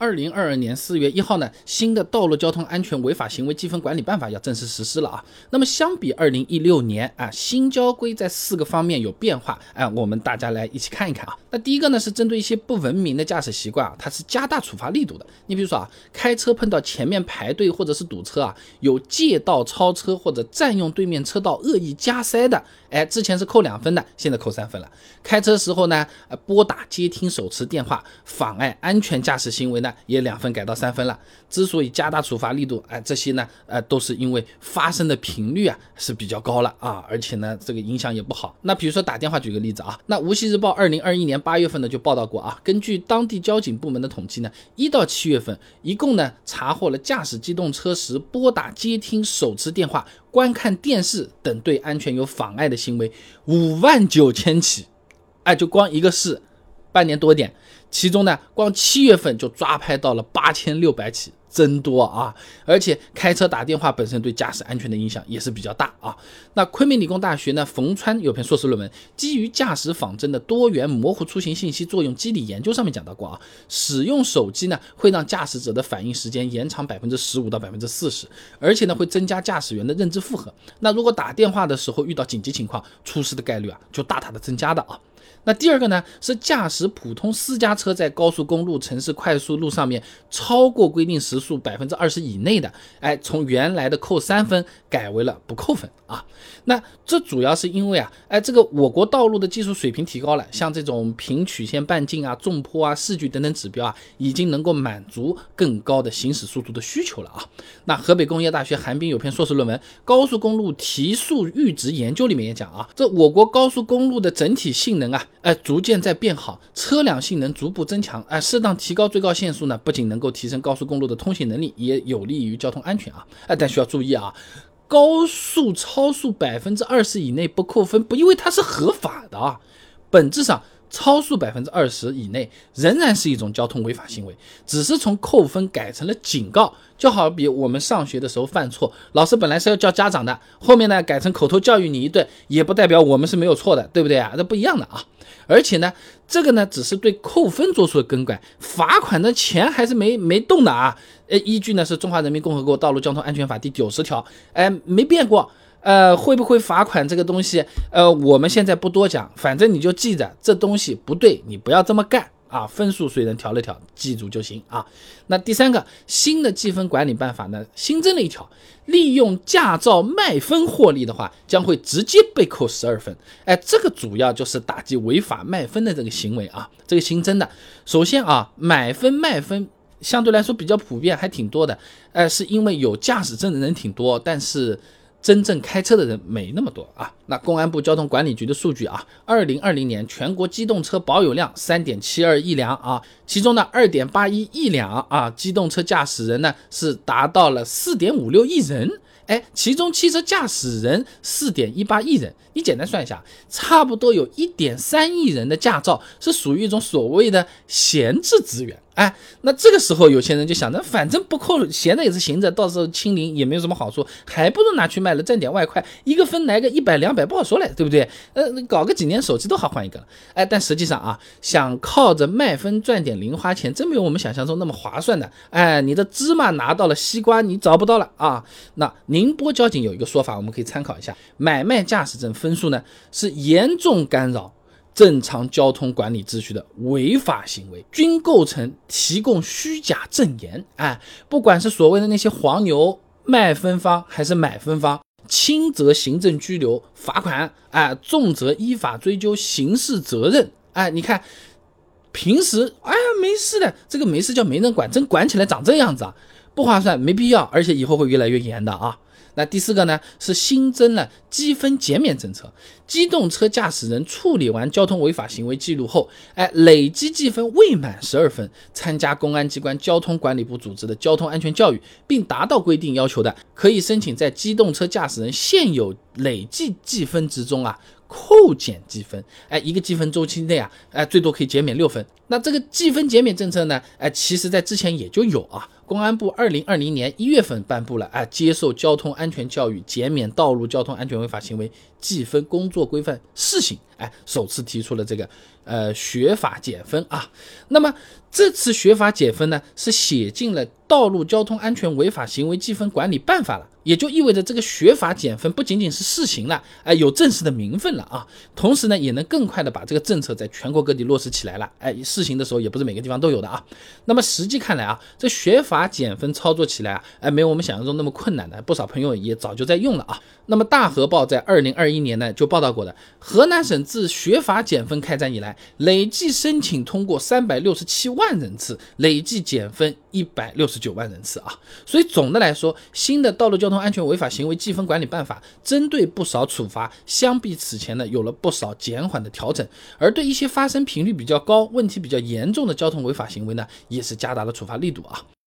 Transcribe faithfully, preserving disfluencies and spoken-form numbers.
二零二二年四月一号呢，新的道路交通安全违法行为记分管理办法要正式实施了啊。那么相比二零一六年啊，新交规在四个方面有变化，哎、啊，我们大家来一起看一看啊。那第一个呢是针对一些不文明的驾驶习惯啊，它是加大处罚力度的。你比如说啊，开车碰到前面排队或者是堵车啊，有借道超车或者占用对面车道恶意加塞的，哎，之前是扣两分的，现在扣三分了。开车时候呢，呃，拨打、接听、手持电话妨碍安全驾驶行为呢，也两分改到三分了。之所以加大处罚力度，哎，这些呢，呃，都是因为发生的频率啊是比较高了啊，而且呢，这个影响也不好。那比如说打电话，举个例子啊，那无锡日报二零二一年八月份呢就报道过啊，根据当地交警部门的统计呢，一到七月份，一共呢查获了驾驶机动车时拨打、接听、手持电话、观看电视等对安全有妨碍的行为五万九千起，哎，就光一个市，半年多点，其中呢，光七月份就抓拍到了八千六百起，真多啊！而且开车打电话本身对驾驶安全的影响也是比较大啊。那昆明理工大学呢，冯川有篇硕士论文，基于驾驶仿真的多元模糊出行信息作用机理研究上面讲到过啊，使用手机呢会让驾驶者的反应时间延长百分之十五到百分之四十，而且呢会增加驾驶员的认知负荷。那如果打电话的时候遇到紧急情况，出事的概率啊就大大的增加的啊。那第二个呢，是驾驶普通私家车在高速公路、城市快速路上面超过规定时速百分之二十以内的，哎，从原来的扣三分改为了不扣分啊。那这主要是因为啊，哎，这个我国道路的技术水平提高了，像这种平曲线半径啊、纵坡啊、视距等等指标啊，已经能够满足更高的行驶速度的需求了啊。那河北工业大学韩冰有篇硕士论文《高速公路提速阈值研究》里面也讲啊，这我国高速公路的整体性能啊。哎，逐渐在变好，车辆性能逐步增强，哎，适当提高最高限速呢，不仅能够提升高速公路的通行能力，也有利于交通安全啊。哎，但需要注意啊，高速超速百分之二十以内不扣分，不因为它是合法的啊，本质上。超速百分之二十以内仍然是一种交通违法行为，只是从扣分改成了警告。就好比我们上学的时候犯错，老师本来是要叫家长的，后面呢改成口头教育你一顿，也不代表我们是没有错的，对不对啊？这不一样的啊。而且呢，这个呢只是对扣分做出了更改，罚款的钱还是没没动的啊。呃，依据呢是《中华人民共和国道路交通安全法》第九十条，哎，没变过。呃，会不会罚款这个东西，呃，我们现在不多讲，反正你就记着这东西不对，你不要这么干啊。分数虽然调了调，记住就行啊。那第三个，新的记分管理办法呢，新增了一条，利用驾照卖分获利的话，将会直接被扣十二分。哎，这个主要就是打击违法卖分的这个行为啊，这个新增的。首先啊，买分卖分。相对来说比较普遍，还挺多的，呃，是因为有驾驶证的人挺多，但是真正开车的人没那么多啊。那公安部交通管理局的数据啊，二零二零年全国机动车保有量 三点七二亿辆啊，其中呢 二点八一亿辆啊，机动车驾驶人呢是达到了 四点五六亿人。哎，其中汽车驾驶人 四点一八亿人，你简单算一下，差不多有 一点三亿人的驾照是属于一种所谓的闲置资源。哎，那这个时候有些人就想着，反正不扣，闲着也是闲着，到时候清零也没有什么好处，还不如拿去卖了挣点外快，一个分来个一百两百不好说嘞，对不对？呃，搞个几年手机都好换一个了。哎，但实际上啊，想靠着卖分赚点零花钱，真没有我们想象中那么划算的。哎，你的芝麻拿到了，西瓜你找不到了啊。那宁波交警有一个说法，我们可以参考一下，买卖驾驶证分数呢是严重干扰正常交通管理秩序的违法行为，均构成提供虚假证言。哎，不管是所谓的那些黄牛卖分方还是买分方，轻则行政拘留罚款，哎，重则依法追究刑事责任。哎，你看平时哎呀没事的，这个没事叫没人管，真管起来长这样子啊，不划算，没必要，而且以后会越来越严的啊。那第四个呢，是新增了积分减免政策。机动车驾驶人处理完交通违法行为记录后，哎，累计记分未满十二分，参加公安机关交通管理部组织的交通安全教育，并达到规定要求的，可以申请在机动车驾驶人现有累计记分之中啊扣减积分。哎，一个积分周期内啊，哎，最多可以减免六分。那这个积分减免政策呢，哎，其实在之前也就有啊。 公安部二零二零年一月份颁布了啊，接受交通安全教育、减免道路交通安全违法行为记分工作规范试行，哎，首次提出了这个呃学法减分啊。那么这次学法减分呢，是写进了道路交通安全违法行为记分管理办法了。也就意味着这个学法减分不仅仅是试行了，哎，有正式的名分了啊。同时呢，也能更快的把这个政策在全国各地落实起来了。哎，试行的时候也不是每个地方都有的啊。那么实际看来啊，这学法减分操作起来啊，哎，没有我们想象中那么困难的，不少朋友也早就在用了啊。那么大河报在二零二一年呢就报道过的，河南省自学法减分开展以来，累计申请通过三百六十七万人次，累计减分一百六十九万人次啊。所以总的来说，新的道路交通安全违法行为记分管理办法针对不少处罚，相比此前呢有了不少减缓的调整，而对一些发生频率比较高、问题比较严重的交通违法行为呢，也是加大了处罚力度啊。